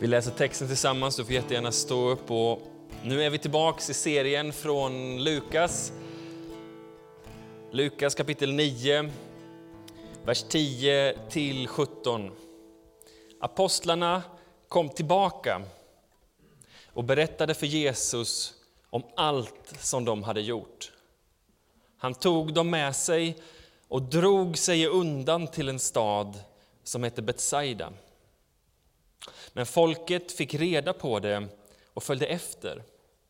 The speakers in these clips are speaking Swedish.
Vi läser texten tillsammans, du får jättegärna stå upp. Och nu är vi tillbaks i serien från Lukas. Lukas kapitel 9, vers 10 till 17. Apostlarna kom tillbaka och berättade för Jesus om allt som de hade gjort. Han tog dem med sig och drog sig undan till en stad som hette Betsaida. Men folket fick reda på det och följde efter.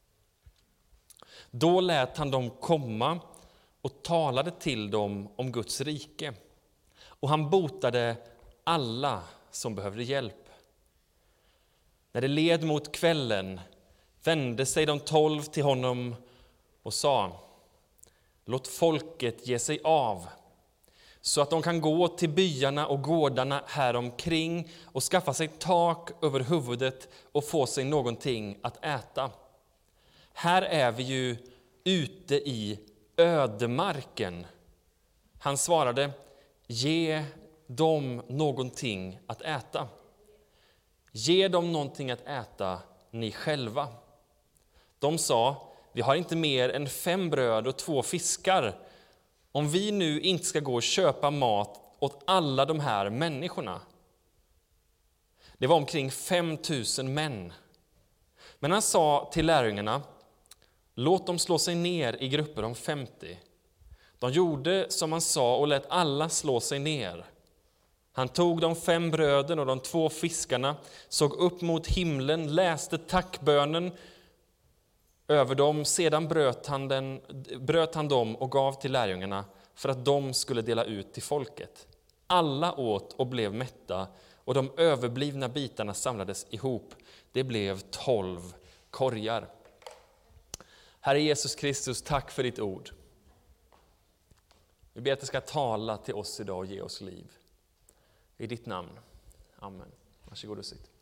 Då lät han dem komma och talade till dem om Guds rike. Och han botade alla som behövde hjälp. När det led mot kvällen vände sig de 12 till honom och sa: låt folket ge sig av, så att de kan gå till byarna och gårdarna här omkring och skaffa sig tak över huvudet och få sig någonting att äta. Här är vi ju ute i ödemarken. Han svarade: ge dem någonting att äta. Ge dem någonting att äta ni själva. De sa: vi har inte mer än 5 bröd och 2 fiskar. Om vi nu inte ska gå och köpa mat åt alla de här människorna. Det var omkring 5 000 män. Men han sa till lärjungarna: låt dem slå sig ner i grupper om 50. De gjorde som han sa och lät alla slå sig ner. Han tog de 5 bröden och de 2 fiskarna, såg upp mot himlen, läste tackbönen över dem. Sedan bröt han dem och gav till lärjungarna för att de skulle dela ut till folket. Alla åt och blev mätta, och de överblivna bitarna samlades ihop. Det blev 12 korgar. Herre Jesus Kristus, tack för ditt ord. Vi ber att det ska tala till oss idag och ge oss liv. I ditt namn. Amen. Varsågod och sitt.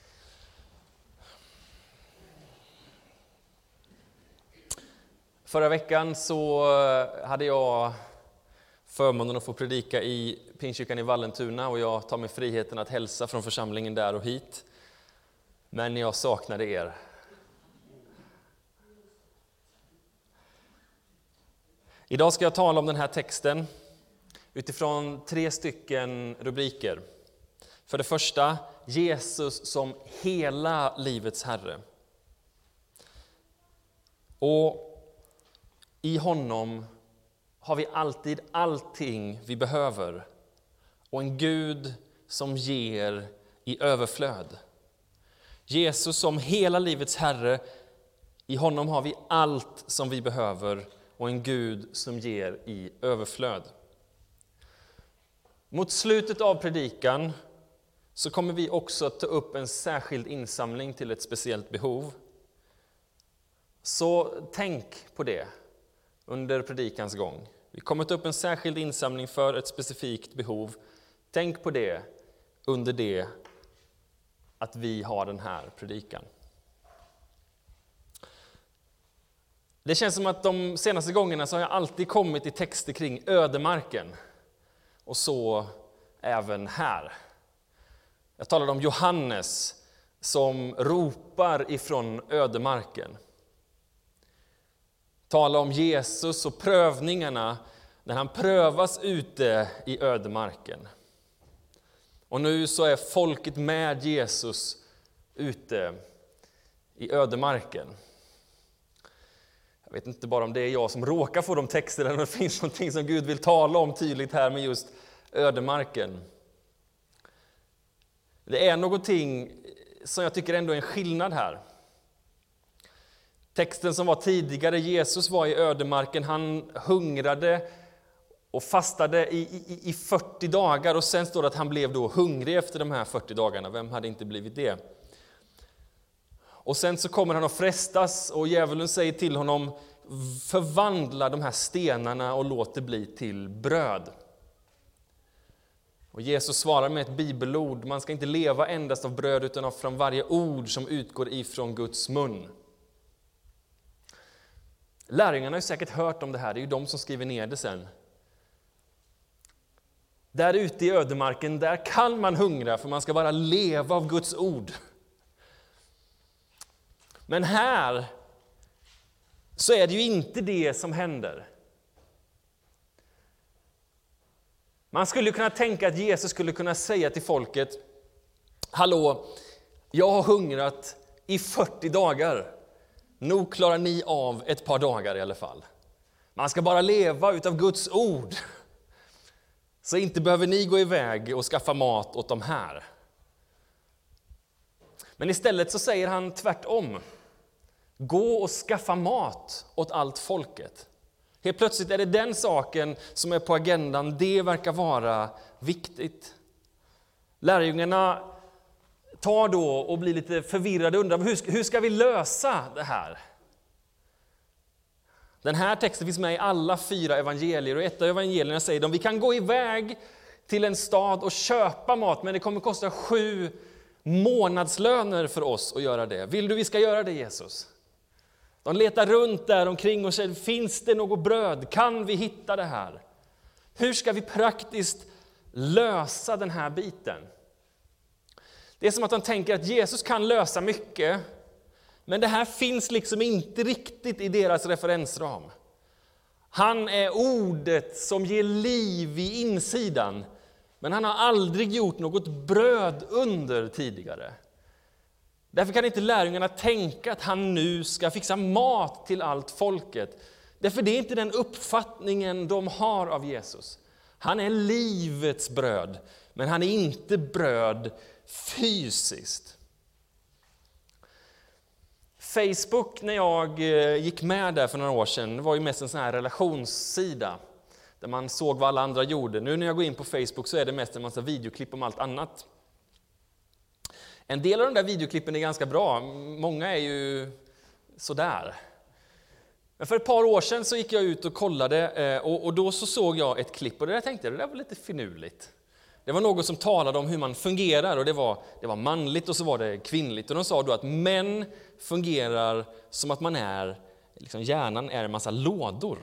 Förra veckan så hade jag förmånen att få predika i Pingstkyrkan i Vallentuna, och jag tar mig friheten att hälsa från församlingen där och hit. Men jag saknade er. Idag ska jag tala om den här texten utifrån 3 stycken rubriker. För det första, Jesus som hela livets Herre. Och i honom har vi alltid allting vi behöver. Och en Gud som ger i överflöd. Jesus som hela livets Herre, i honom har vi allt som vi behöver. Och en Gud som ger i överflöd. Mot slutet av predikan så kommer vi också att ta upp en särskild insamling till ett speciellt behov. Så tänk på det under predikans gång. Vi kommer att ta upp en särskild insamling för ett specifikt behov. Tänk på det under det att vi har den här predikan. Det känns som att de senaste gångerna så har jag alltid kommit i texter kring ödemarken. Och så även här. Jag talade om Johannes som ropar ifrån ödemarken. Tala om Jesus och prövningarna när han prövas ute i ödemarken. Och nu så är folket med Jesus ute i ödemarken. Jag vet inte bara om det är jag som råkar få de texterna, eller det finns någonting som Gud vill tala om tydligt här med just ödemarken. Det är någonting som jag tycker ändå är en skillnad här. Texten som var tidigare, Jesus var i ödemarken, han hungrade och fastade i 40 dagar. Och sen står det att han blev då hungrig efter de här 40 dagarna. Vem hade inte blivit det? Och sen så kommer han att frestas, och djävulen säger till honom: förvandla de här stenarna och låt det bli till bröd. Och Jesus svarar med ett bibelord: man ska inte leva endast av bröd utan från varje ord som utgår ifrån Guds mun. Lärjungarna har ju säkert hört om det här, det är ju de som skriver ner det sen. Där ute i ödemarken, där kan man hungra, för man ska bara leva av Guds ord. Men här så är det ju inte det som händer. Man skulle kunna tänka att Jesus skulle kunna säga till folket: hallå, jag har hungrat i 40 dagar. Nog klarar ni av ett par dagar i alla fall. Man ska bara leva utav Guds ord. Så inte behöver ni gå iväg och skaffa mat åt de här. Men istället så säger han tvärtom. Gå och skaffa mat åt allt folket. Helt plötsligt är det den saken som är på agendan. Det verkar vara viktigt. Lärjungarna tar då och blir lite förvirrade och undrar hur ska vi lösa det här? Den här texten finns med i alla 4 evangelier, och ett av evangelierna säger de: vi kan gå iväg till en stad och köpa mat, men det kommer kosta 7 månadslöner för oss att göra det. Vill du vi ska göra det, Jesus? De letar runt där omkring och säger: finns det något bröd? Kan vi hitta det här? Hur ska vi praktiskt lösa den här biten? Det är som att de tänker att Jesus kan lösa mycket, men det här finns liksom inte riktigt i deras referensram. Han är ordet som ger liv i insidan, men han har aldrig gjort något bröd under tidigare. Därför kan inte lärjungarna tänka att han nu ska fixa mat till allt folket. Därför det är inte den uppfattningen de har av Jesus. Han är livets bröd, men han är inte bröd fysiskt. Facebook, när jag gick med där för några år sedan, var ju mest en sån här relationssida där man såg vad alla andra gjorde. Nu när jag går in på Facebook så är det mest en massa videoklipp om allt annat. En del av de där videoklippen är ganska bra, många är ju sådär. Men för ett par år sedan så gick jag ut och kollade, och då så såg jag ett klipp, och det där tänkte jag, det där var lite finurligt. Det var något som talade om hur man fungerar, och det var manligt och så var det kvinnligt. Och de sa då att män fungerar som att man är, liksom hjärnan är en massa lådor.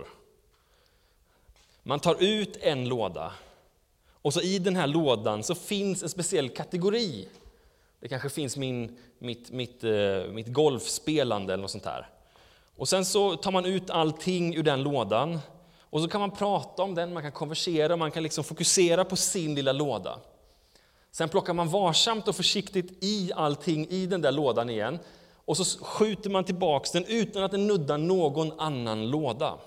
Man tar ut en låda, och så i den här lådan så finns en speciell kategori. Det kanske finns mitt golfspelande eller något sånt här. Och sen så tar man ut allting ur den lådan. Och så kan man prata om den, man kan konversera, man kan liksom fokusera på sin lilla låda. Sen plockar man varsamt och försiktigt i allting i den där lådan igen. Och så skjuter man tillbaks den utan att den nuddar någon annan låda.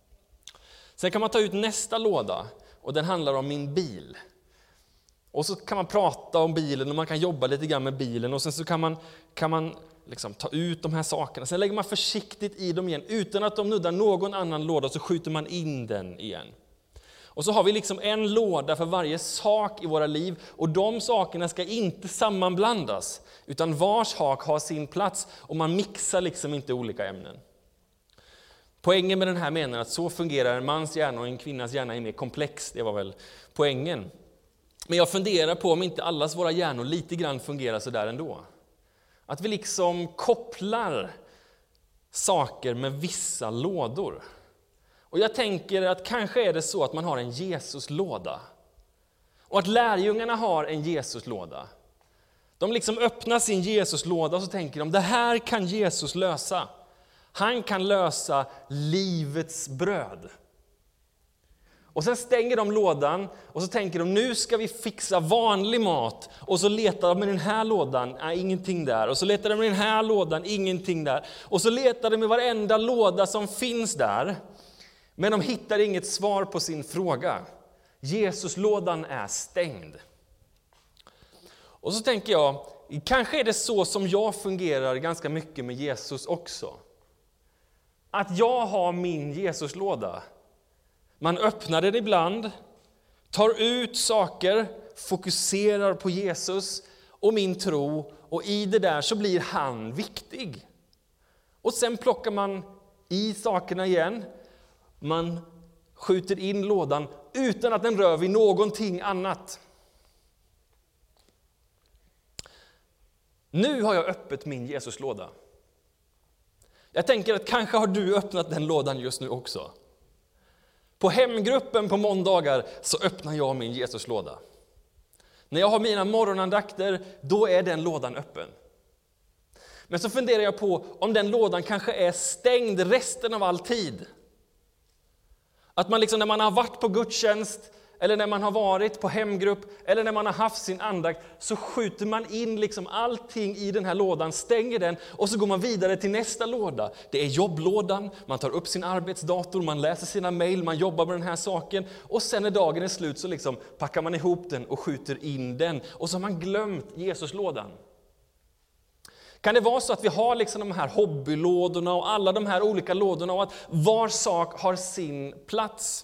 Sen kan man ta ut nästa låda, och den handlar om min bil. Och så kan man prata om bilen och man kan jobba lite grann med bilen. Och sen så kan man liksom ta ut de här sakerna. Sen lägger man försiktigt i dem igen. Utan att de nuddar någon annan låda så skjuter man in den igen. Och så har vi liksom en låda för varje sak i våra liv. Och de sakerna ska inte sammanblandas. Utan var sak har sin plats. Och man mixar liksom inte olika ämnen. Poängen med den här menar att så fungerar en mans hjärna, och en kvinnas hjärna är mer komplex. Det var väl poängen. Men jag funderar på om inte allas våra hjärnor lite grann fungerar så där ändå. Att vi liksom kopplar saker med vissa lådor. Och jag tänker att kanske är det så att man har en Jesuslåda. Och att lärjungarna har en Jesuslåda. De liksom öppnar sin Jesuslåda och så tänker de: det här kan Jesus lösa. Han kan lösa livets bröd. Och sen stänger de lådan och så tänker de: nu ska vi fixa vanlig mat. Och så letar de med den här lådan, ingenting där. Och så letar de med den här lådan, ingenting där. Och så letar de med varenda låda som finns där. Men de hittar inget svar på sin fråga. Jesuslådan är stängd. Och så tänker jag, kanske är det så som jag fungerar ganska mycket med Jesus också. Att jag har min Jesuslåda. Man öppnar den ibland, tar ut saker, fokuserar på Jesus och min tro, och i det där så blir han viktig. Och sen plockar man i sakerna igen, man skjuter in lådan utan att den rör vid någonting annat. Nu har jag öppet min Jesuslåda. Jag tänker att kanske har du öppnat den lådan just nu också. På hemgruppen på måndagar så öppnar jag min Jesuslåda. När jag har mina morgonandakter, då är den lådan öppen. Men så funderar jag på om den lådan kanske är stängd resten av all tid. Att man liksom när man har varit på gudstjänst, eller när man har varit på hemgrupp, eller när man har haft sin andakt, så skjuter man in liksom allting i den här lådan, stänger den och så går man vidare till nästa låda. Det är jobblådan, man tar upp sin arbetsdator, man läser sina mejl, man jobbar med den här saken. Och sen när dagen är slut så liksom packar man ihop den och skjuter in den. Och så har man glömt Jesuslådan. Kan det vara så att vi har liksom de här hobbylådorna och alla de här olika lådorna och att var sak har sin plats?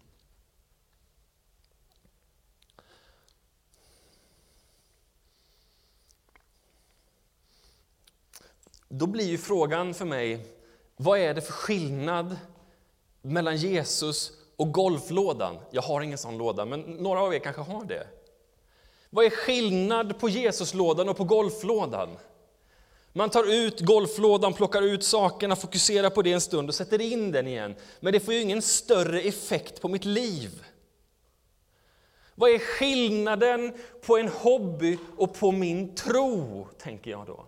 Då blir ju frågan för mig, vad är det för skillnad mellan Jesus och golflådan? Jag har ingen sån låda, men några av er kanske har det. Vad är skillnad på Jesuslådan och på golflådan? Man tar ut golflådan, plockar ut sakerna, fokuserar på det en stund och sätter in den igen. Men det får ju ingen större effekt på mitt liv. Vad är skillnaden på en hobby och på min tro, tänker jag då?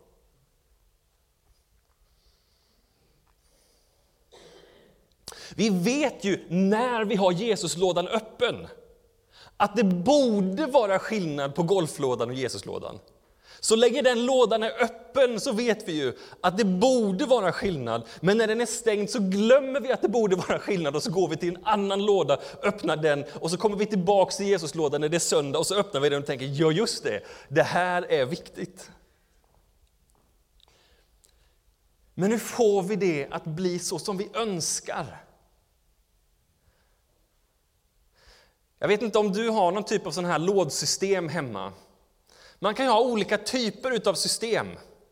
Vi vet ju när vi har Jesuslådan öppen att det borde vara skillnad på golflådan och Jesuslådan. Så länge den lådan är öppen så vet vi ju att det borde vara skillnad. Men när den är stängd så glömmer vi att det borde vara skillnad och så går vi till en annan låda, öppnar den och så kommer vi tillbaka till Jesuslådan när det är söndag och så öppnar vi den och tänker, ja just det, det här är viktigt. Men hur får vi det att bli så som vi önskar? Jag vet inte om du har någon typ av sån här lådsystem hemma. Man kan ju ha olika typer av system.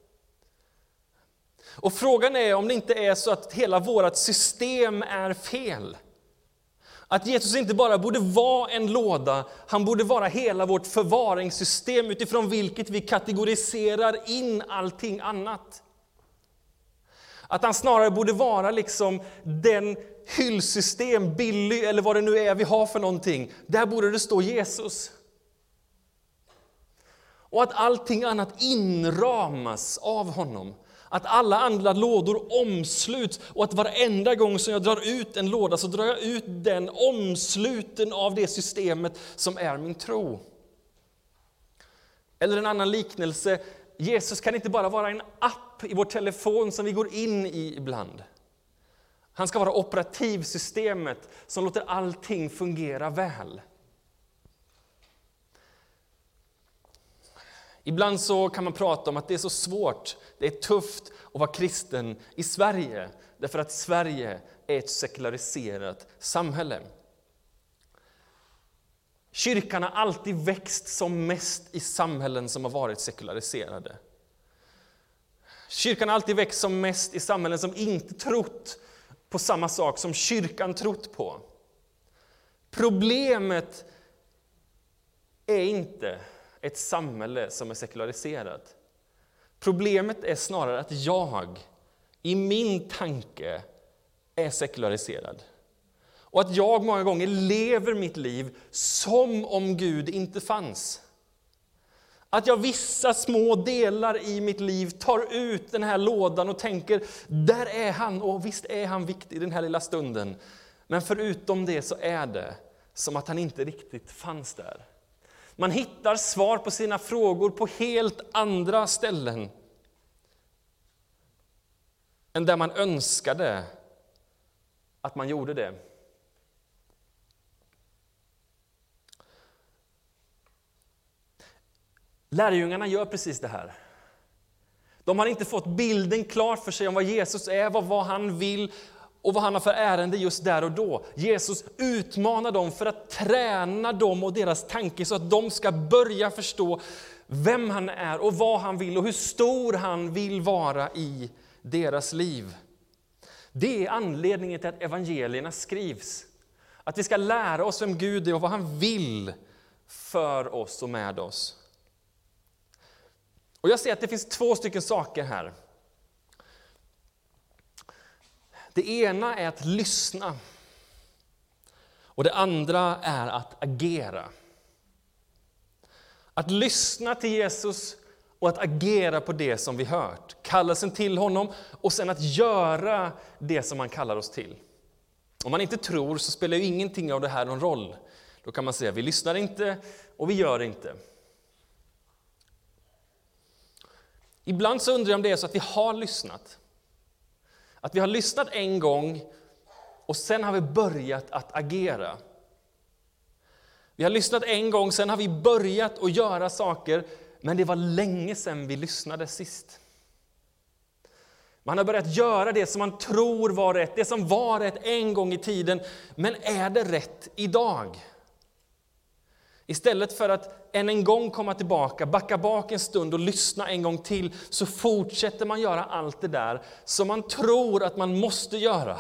Och frågan är om det inte är så att hela vårt system är fel. Att Jesus inte bara borde vara en låda, han borde vara hela vårt förvaringssystem utifrån vilket vi kategoriserar in allting annat. Att han snarare borde vara liksom den hyllsystem, Billy eller vad det nu är vi har för någonting. Där borde det stå Jesus. Och att allting annat inramas av honom. Att alla andra lådor omsluts och att varenda gång som jag drar ut en låda så drar jag ut den omsluten av det systemet som är min tro. Eller en annan liknelse, Jesus kan inte bara vara en app i vår telefon som vi går in i ibland. Han ska vara operativsystemet som låter allting fungera väl. Ibland så kan man prata om att det är så svårt, det är tufft att vara kristen i Sverige. Därför att Sverige är ett sekulariserat samhälle. Kyrkan har alltid växt som mest i samhällen som har varit sekulariserade. Kyrkan har alltid växt som mest i samhällen som inte trott på samma sak som kyrkan trott på. Problemet är inte ett samhälle som är sekulariserat. Problemet är snarare att jag i min tanke är sekulariserad. Och att jag många gånger lever mitt liv som om Gud inte fanns. Att jag vissa små delar i mitt liv tar ut den här lådan och tänker, där är han och visst är han viktig i den här lilla stunden. Men förutom det så är det som att han inte riktigt fanns där. Man hittar svar på sina frågor på helt andra ställen än där man önskade att man gjorde det. Lärjungarna gör precis det här. De har inte fått bilden klar för sig om vad Jesus är, vad han vill och vad han har för ärende just där och då. Jesus utmanar dem för att träna dem och deras tanke så att de ska börja förstå vem han är och vad han vill och hur stor han vill vara i deras liv. Det är anledningen till att evangelierna skrivs. Att vi ska lära oss vem Gud är och vad han vill för oss och med oss. Och jag ser att det finns 2 stycken saker här. Det ena är att lyssna. Och det andra är att agera. Att lyssna till Jesus och att agera på det som vi hört. Kallelsen till honom och sen att göra det som han kallar oss till. Om man inte tror så spelar ju ingenting av det här någon roll. Då kan man säga vi lyssnar inte och vi gör inte. Ibland så undrar jag om det är så att vi har lyssnat. Att vi har lyssnat en gång och sen har vi börjat att agera. Vi har lyssnat en gång, sen har vi börjat att göra saker, men det var länge sedan vi lyssnade sist. Man har börjat göra det som man tror var rätt, det som var rätt en gång i tiden, men är det rätt idag? Istället för att än en gång komma tillbaka, backa bak en stund och lyssna en gång till, så fortsätter man göra allt det där som man tror att man måste göra.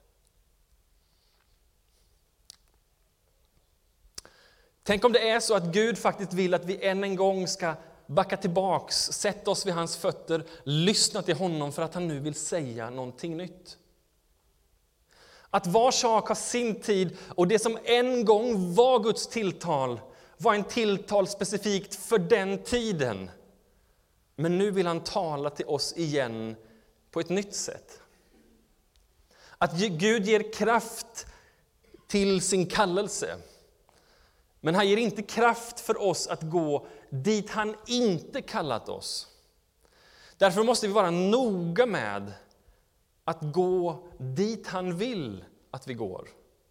Tänk om det är så att Gud faktiskt vill att vi än en gång ska backa tillbaks, sätta oss vid hans fötter, lyssna till honom för att han nu vill säga någonting nytt. Att var sak har sin tid och det som en gång var Guds tilltal var en tilltal specifikt för den tiden. Men nu vill han tala till oss igen på ett nytt sätt. Att Gud ger kraft till sin kallelse. Men han ger inte kraft för oss att gå dit han inte kallat oss. Därför måste vi vara noga med att gå dit han vill att vi går.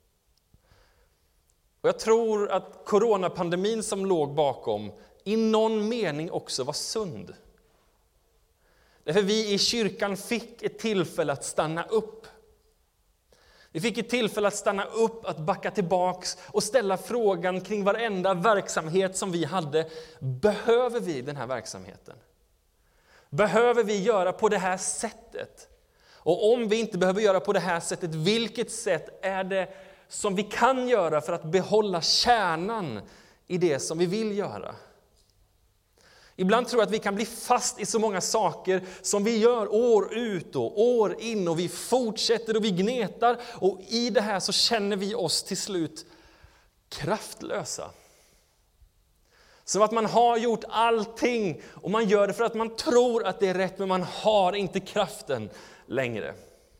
Och jag tror att coronapandemin som låg bakom i någon mening också var sund. Därför vi i kyrkan fick ett tillfälle att stanna upp. Vi fick ett tillfälle att stanna upp, att backa tillbaks och ställa frågan kring varenda verksamhet som vi hade. Behöver vi den här verksamheten? Behöver vi göra på det här sättet? Och om vi inte behöver göra på det här sättet, vilket sätt är det som vi kan göra för att behålla kärnan i det som vi vill göra? Ibland tror jag att vi kan bli fast i så många saker som vi gör år ut och år in, och vi fortsätter och vi gnetar, och i det här så känner vi oss till slut kraftlösa. Som att man har gjort allting och man gör det för att man tror att det är rätt, men man har inte kraften längre.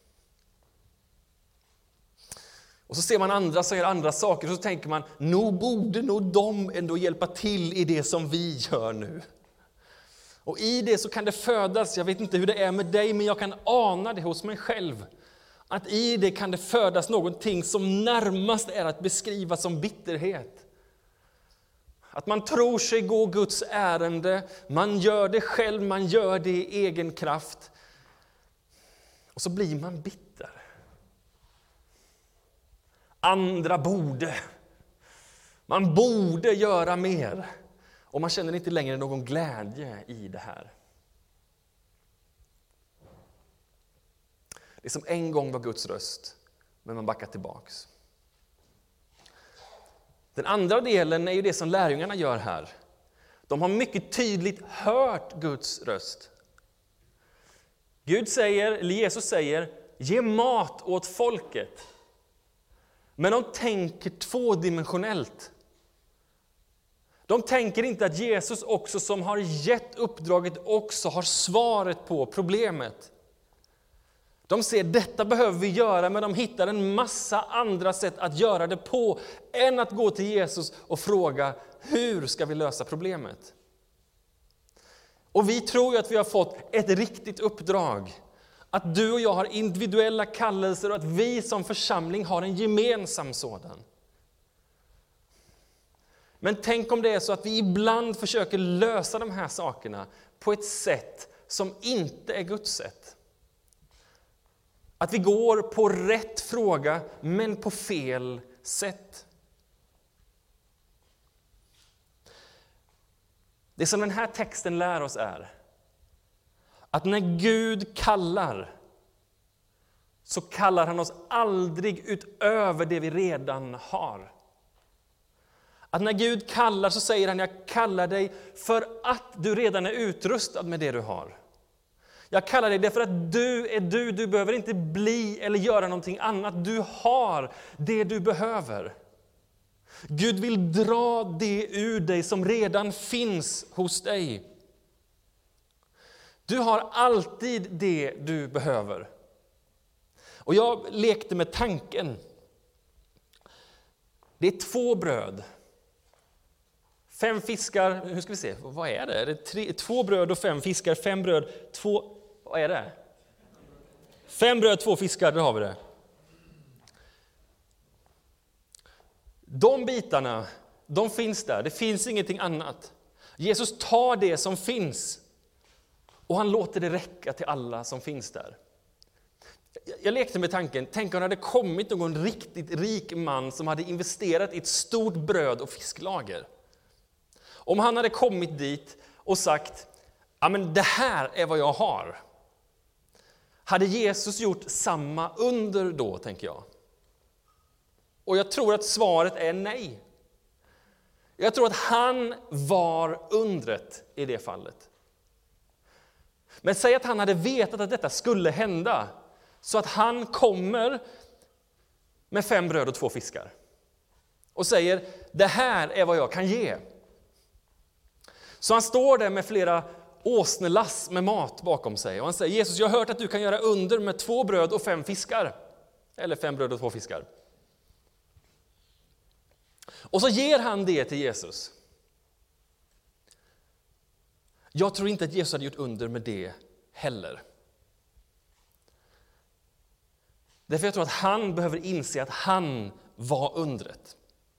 Och så ser man andra som gör andra saker och så tänker man, nog borde de ändå hjälpa till i det som vi gör nu. Och i det så kan det födas, jag vet inte hur det är med dig, men jag kan ana det hos mig själv. Att i det kan det födas någonting som närmast är att beskriva som bitterhet. Att man tror sig gå Guds ärende, man gör det själv, man gör det i egen kraft. Och så blir man bitter. Andra borde. Man borde göra mer. Och man känner inte längre någon glädje i det här. Det som en gång var Guds röst, men man backar tillbaks. Den andra delen är ju det som lärjungarna gör här. De har mycket tydligt hört Guds röst. Jesus säger, ge mat åt folket. Men de tänker tvådimensionellt. De tänker inte att Jesus också som har gett uppdraget också har svaret på problemet. De ser detta behöver vi göra, men de hittar en massa andra sätt att göra det på än att gå till Jesus och fråga hur ska vi lösa problemet. Och vi tror ju att vi har fått ett riktigt uppdrag. Att du och jag har individuella kallelser och att vi som församling har en gemensam sådan. Men tänk om det är så att vi ibland försöker lösa de här sakerna på ett sätt som inte är Guds sätt. Att vi går på rätt fråga men på fel sätt. Det som den här texten lär oss är att när Gud kallar så kallar han oss aldrig utöver det vi redan har. Att när Gud kallar så säger han, jag kallar dig för att du redan är utrustad med det du har. Jag kallar dig därför att du är du behöver inte bli eller göra någonting annat. Du har det du behöver. Gud vill dra det ur dig som redan finns hos dig. Du har alltid det du behöver. Och jag lekte med tanken. Det är 2 bröd. 5 fiskar, hur ska vi se, vad är det? Det är 2 bröd och 5 fiskar, 5 bröd, 2, vad är det? 5 bröd, 2 fiskar, där har vi det. De bitarna, de finns där, det finns ingenting annat. Jesus tar det som finns och han låter det räcka till alla som finns där. Jag lekte med tanken, tänk om det hade kommit någon riktigt rik man som hade investerat i ett stort bröd- och fisklager. Om han hade kommit dit och sagt, ja men det här är vad jag har. Hade Jesus gjort samma under då, tänker jag? Och jag tror att svaret är nej. Jag tror att han var undret i det fallet. Men säg att han hade vetat att detta skulle hända. Så att han kommer med 5 bröd och 2 fiskar. Och säger, det här är vad jag kan ge. Så han står där med flera åsnelass med mat bakom sig. Och han säger, Jesus, jag har hört att du kan göra under med 2 bröd och 5 fiskar. Eller 5 bröd och 2 fiskar. Och så ger han det till Jesus. Jag tror inte att Jesus hade gjort under med det heller. Därför jag tror att han behöver inse att han var undret.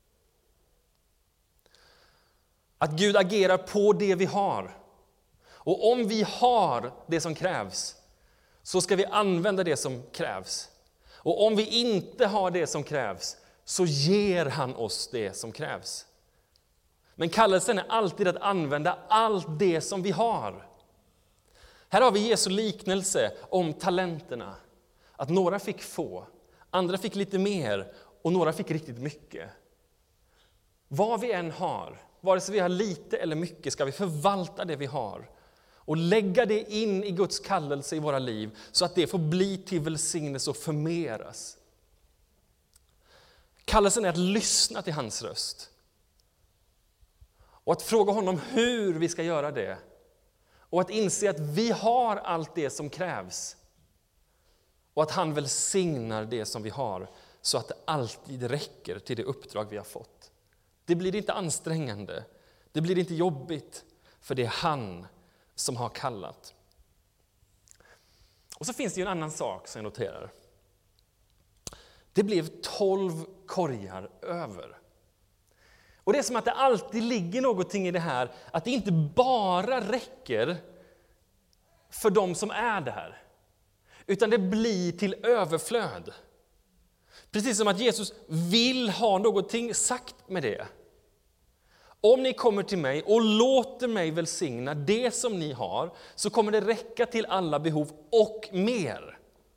Att Gud agerar på det vi har. Och om vi har det som krävs, så ska vi använda det som krävs. Och om vi inte har det som krävs, så ger han oss det som krävs. Men kallelsen är alltid att använda allt det som vi har. Här har vi Jesu liknelse om talenterna. Att några fick få, andra fick lite mer och några fick riktigt mycket. Vad vi än har, vare sig vi har lite eller mycket, ska vi förvalta det vi har. Och lägga det in i Guds kallelse i våra liv så att det får bli till välsignelse och förmeras. Kallelsen är att lyssna till hans röst. Och att fråga honom hur vi ska göra det. Och att inse att vi har allt det som krävs. Och att han välsignar det som vi har så att det alltid räcker till det uppdrag vi har fått. Det blir inte ansträngande. Det blir inte jobbigt. För det är han som har kallat. Och så finns det ju en annan sak som jag noterar. Det blev 12 korgar över. Och det är som att det alltid ligger någonting i det här. Att det inte bara räcker för de som är där. Utan det blir till överflöd. Precis som att Jesus vill ha någonting sagt med det. Om ni kommer till mig och låter mig välsigna det som ni har, så kommer det räcka till alla behov och mer.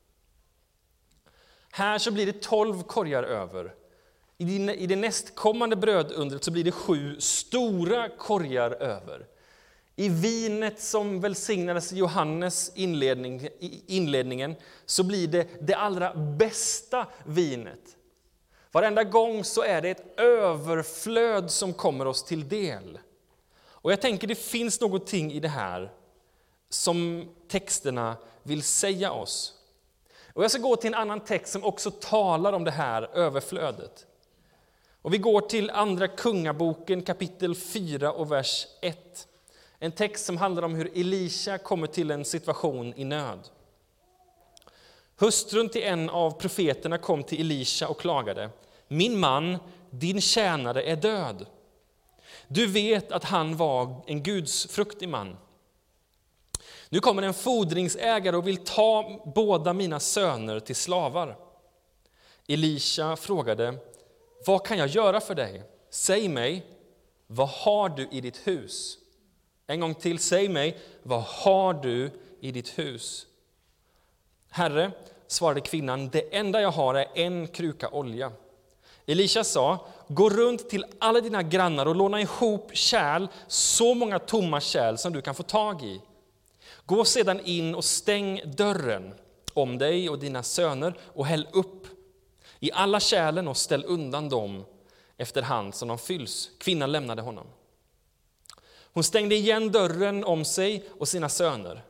Här så blir det 12 korgar över. I det nästkommande brödundret så blir det 7 stora korgar över. I vinet som välsignades i Johannes inledningen så blir det allra bästa vinet. Varenda gång så är det ett överflöd som kommer oss till del. Och jag tänker det finns någonting i det här som texterna vill säga oss. Och jag ska gå till en annan text som också talar om det här överflödet. Och vi går till andra kungaboken kapitel 4 och vers 1. En text som handlar om hur Elisha kommer till en situation i nöd. Hustrun till en av profeterna kom till Elisha och klagade. Min man, din tjänare, är död. Du vet att han var en gudsfruktig man. Nu kommer en fordringsägare och vill ta båda mina söner till slavar. Elisha frågade, vad kan jag göra för dig? Säg mig, vad har du i ditt hus? En gång till, säg mig, vad har du i ditt hus? Herre, svarade kvinnan, det enda jag har är en kruka olja. Elisha sa, gå runt till alla dina grannar och låna ihop kärl, så många tomma kärl som du kan få tag i. Gå sedan in och stäng dörren om dig och dina söner och häll upp i alla kärlen och ställ undan dem efterhand som de fylls. Kvinnan lämnade honom. Hon stängde igen dörren om sig och sina söner.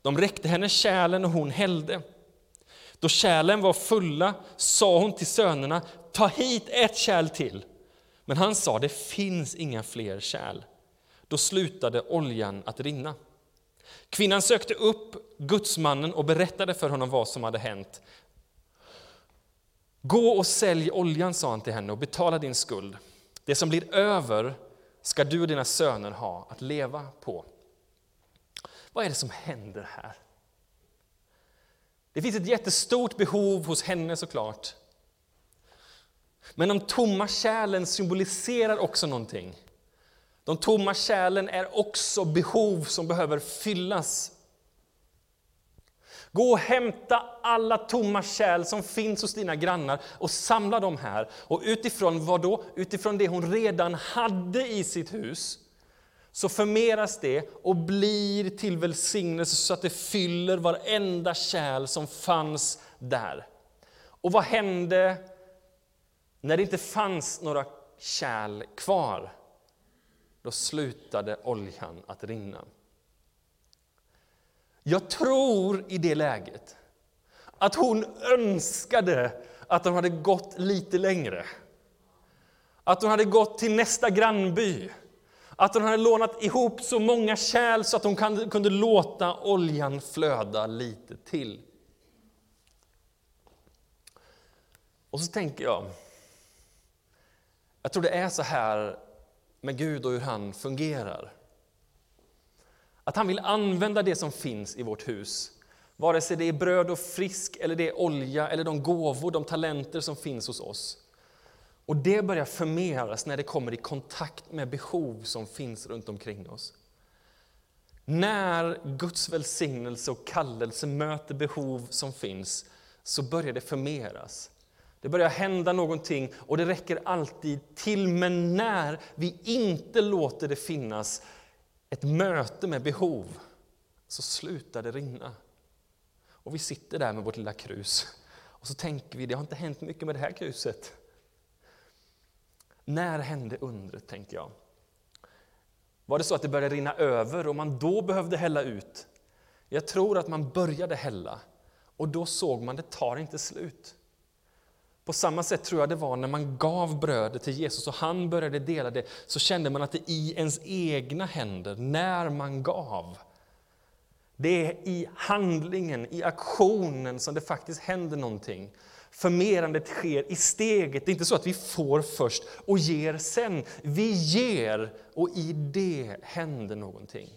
De räckte henne kärlen och hon hällde. Då kärlen var fulla sa hon till sönerna, ta hit ett kärl till. Men han sa, det finns inga fler kärl. Då slutade oljan att rinna. Kvinnan sökte upp gudsmannen och berättade för honom vad som hade hänt. Gå och sälj oljan, sa han till henne, och betala din skuld. Det som blir över ska du och dina söner ha att leva på. Vad är det som händer här? Det finns ett jättestort behov hos henne såklart. Men de tomma kärlen symboliserar också någonting. De tomma kärlen är också behov som behöver fyllas. Gå och hämta alla tomma kärl som finns hos dina grannar och samla dem här. Och utifrån vad då? Utifrån det hon redan hade i sitt hus så förmeras det och blir till välsignelse så att det fyller varenda kärl som fanns där. Och vad hände när det inte fanns några kärl kvar? Då slutade oljan att rinna. Jag tror i det läget att hon önskade att de hade gått lite längre. Att hon hade gått till nästa grannby. Att hon hade lånat ihop så många kärl så att hon kunde låta oljan flöda lite till. Och så tänker jag tror det är så här med Gud och hur han fungerar. Att han vill använda det som finns i vårt hus. Vare sig det är bröd och fisk eller det är olja eller de gåvor, de talenter som finns hos oss. Och det börjar förmeras när det kommer i kontakt med behov som finns runt omkring oss. När Guds välsignelse och kallelse möter behov som finns så börjar det förmeras. Det börjar hända någonting och det räcker alltid till, men när vi inte låter det finnas ett möte med behov så slutar det rinna. Och vi sitter där med vårt lilla krus och så tänker vi, det har inte hänt mycket med det här kruset. När hände undret, tänker jag? Var det så att det började rinna över och man då behövde hälla ut? Jag tror att man började hälla och då såg man, det tar inte slut. På samma sätt tror jag det var när man gav brödet till Jesus och han började dela det, så kände man att det i ens egna händer, när man gav. Det är i handlingen, i aktionen som det faktiskt händer någonting. Förmerandet sker i steget. Det är inte så att vi får först och ger sen. Vi ger och i det händer någonting.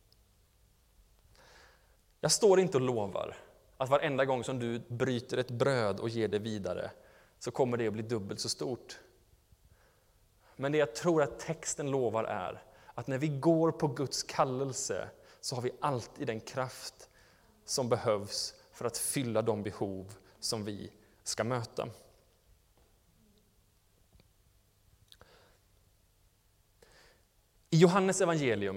Jag står inte och lovar att varenda gång som du bryter ett bröd och ger det vidare så kommer det att bli dubbelt så stort. Men det jag tror att texten lovar är att när vi går på Guds kallelse så har vi alltid den kraft som behövs för att fylla de behov som vi ska möta. I Johannes evangelium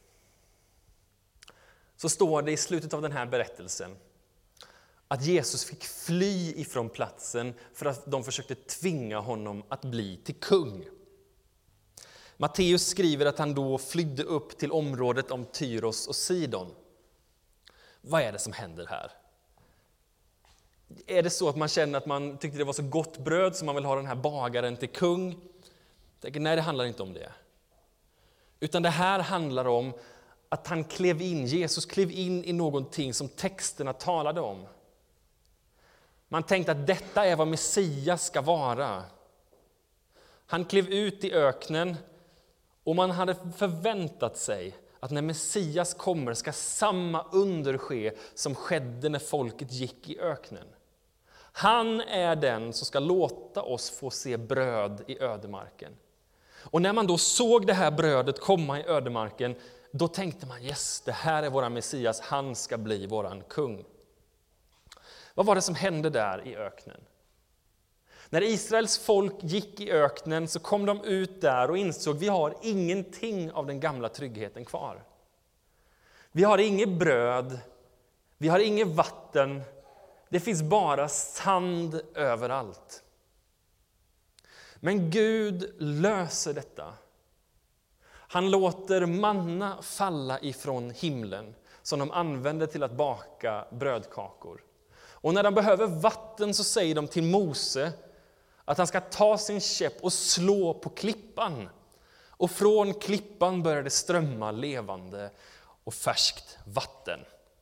så står det i slutet av den här berättelsen att Jesus fick fly ifrån platsen för att de försökte tvinga honom att bli till kung. Matteus skriver att han då flydde upp till området om Tyros och Sidon. Vad är det som händer här? Är det så att man känner att man tyckte det var så gott bröd som man vill ha den här bagaren till kung? Jag tänker, nej, det handlar inte om det. Utan det här handlar om att Jesus klev in i någonting som texterna talade om. Man tänkte att detta är vad Messias ska vara. Han klev ut i öknen och man hade förväntat sig att när Messias kommer ska samma under ske som skedde när folket gick i öknen. Han är den som ska låta oss få se bröd i ödemarken. Och när man då såg det här brödet komma i ödemarken, då tänkte man, yes, det här är våran Messias, han ska bli våran kung. Vad var det som hände där i öknen? När Israels folk gick i öknen så kom de ut där och insåg att vi har ingenting av den gamla tryggheten kvar. Vi har inget bröd, vi har inget vatten, det finns bara sand överallt. Men Gud löser detta. Han låter manna falla ifrån himlen som de använder till att baka brödkakor. Och när de behöver vatten så säger de till Mose att han ska ta sin käpp och slå på klippan. Och från klippan börjar det strömma levande och färskt vatten.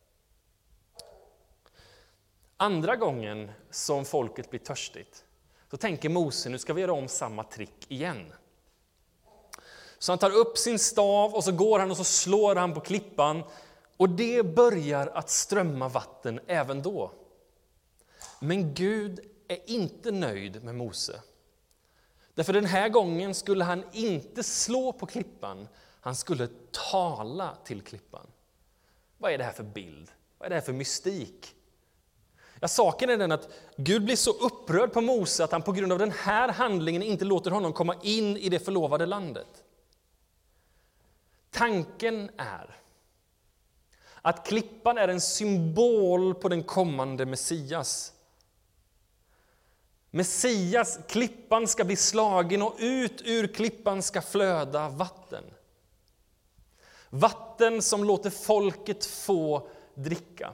Andra gången som folket blir törstigt, så tänker Mose, nu ska vi göra om samma trick igen. Så han tar upp sin stav och så går han och så slår han på klippan. Och det börjar att strömma vatten även då. Men Gud är inte nöjd med Mose. Därför den här gången skulle han inte slå på klippan. Han skulle tala till klippan. Vad är det här för bild? Vad är det här för mystik? Ja, saken är den att Gud blir så upprörd på Mose att han på grund av den här handlingen inte låter honom komma in i det förlovade landet. Tanken är att klippan är en symbol på den kommande Messias. Messias, klippan ska bli slagen och ut ur klippan ska flöda vatten. Vatten som låter folket få dricka.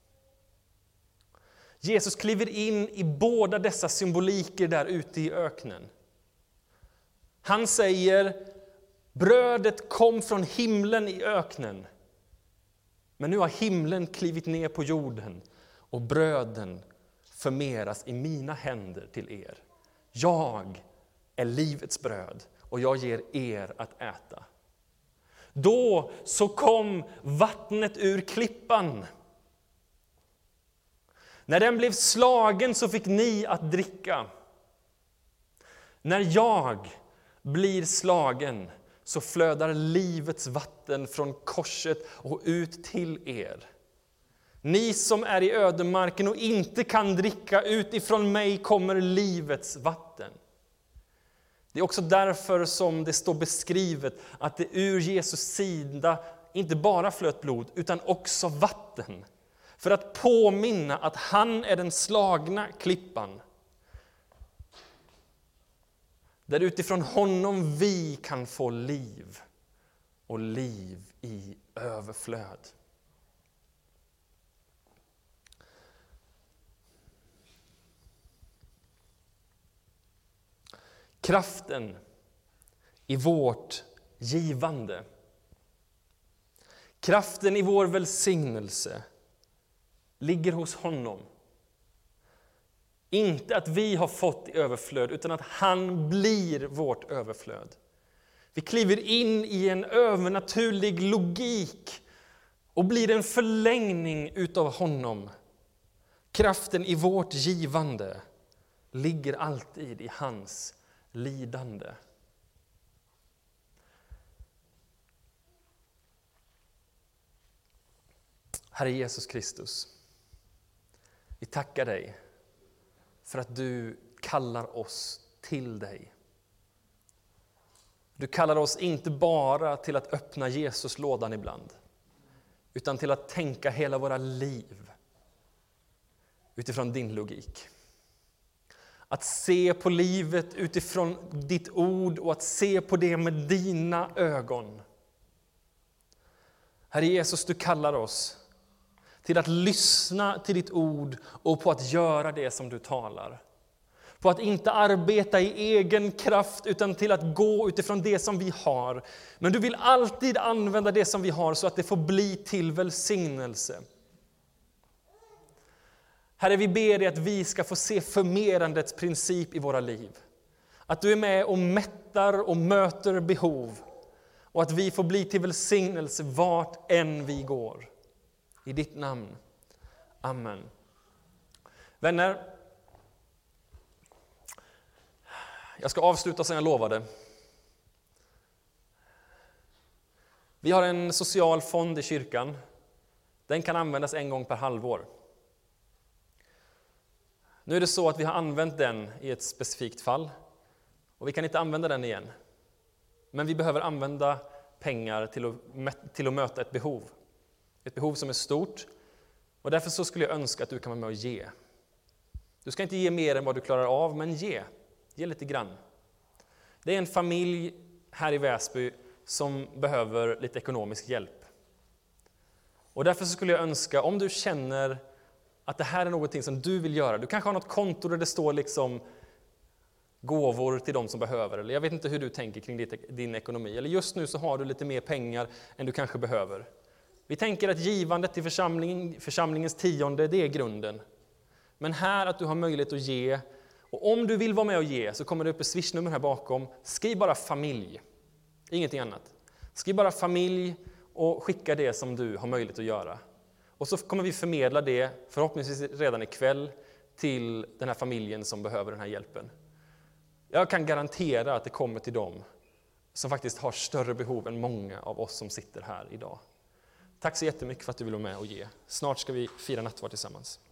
Jesus kliver in i båda dessa symboliker där ute i öknen. Han säger, brödet kom från himlen i öknen. Men nu har himlen klivit ner på jorden och bröden förmeras i mina händer till er. Jag är livets bröd och jag ger er att äta. Då så kom vattnet ur klippan. När den blev slagen så fick ni att dricka. När jag blir slagen så flödar livets vatten från korset och ut till er. Ni som är i ödemarken och inte kan dricka, utifrån mig kommer livets vatten. Det är också därför som det står beskrivet att det ur Jesus sida inte bara flöt blod utan också vatten. För att påminna att han är den slagna klippan. Där utifrån honom vi kan få liv och liv i överflöd. Kraften i vårt givande. Kraften i vår välsignelse ligger hos honom. Inte att vi har fått i överflöd, utan att han blir vårt överflöd. Vi kliver in i en övernaturlig logik och blir en förlängning utav honom. Kraften i vårt givande ligger alltid i hans lidande. Herre Jesus Kristus, vi tackar dig för att du kallar oss till dig. Du kallar oss inte bara till att öppna Jesus lådan ibland, utan till att tänka hela våra liv utifrån din logik. Att se på livet utifrån ditt ord och att se på det med dina ögon. Herre Jesus, du kallar oss till att lyssna till ditt ord och på att göra det som du talar. På att inte arbeta i egen kraft utan till att gå utifrån det som vi har. Men du vill alltid använda det som vi har så att det får bli till välsignelse. Herre, vi ber dig att vi ska få se förmerandets princip i våra liv. Att du är med och mättar och möter behov. Och att vi får bli till välsignelse vart än vi går. I ditt namn. Amen. Vänner, jag ska avsluta som jag lovade. Vi har en social fond i kyrkan. Den kan användas en gång per halvår. Nu är det så att vi har använt den i ett specifikt fall. Och vi kan inte använda den igen. Men vi behöver använda pengar till att möta ett behov. Ett behov som är stort. Och därför så skulle jag önska att du kan vara med och ge. Du ska inte ge mer än vad du klarar av, men ge. Ge lite grann. Det är en familj här i Väsby som behöver lite ekonomisk hjälp. Och därför så skulle jag önska, om du känner att det här är någonting som du vill göra, du kanske har något konto där det står liksom gåvor till de som behöver, eller jag vet inte hur du tänker kring din ekonomi, eller just nu så har du lite mer pengar än du kanske behöver. Vi tänker att givandet till församlingens 10:e, det är grunden. Men här att du har möjlighet att ge, och om du vill vara med och ge så kommer det upp ett swishnummer här bakom. Skriv bara familj, ingenting annat. Skriv bara familj och skicka det som du har möjlighet att göra. Och så kommer vi förmedla det, förhoppningsvis redan ikväll, till den här familjen som behöver den här hjälpen. Jag kan garantera att det kommer till dem som faktiskt har större behov än många av oss som sitter här idag. Tack så jättemycket för att du vill vara med och ge. Snart ska vi fira nattvard tillsammans.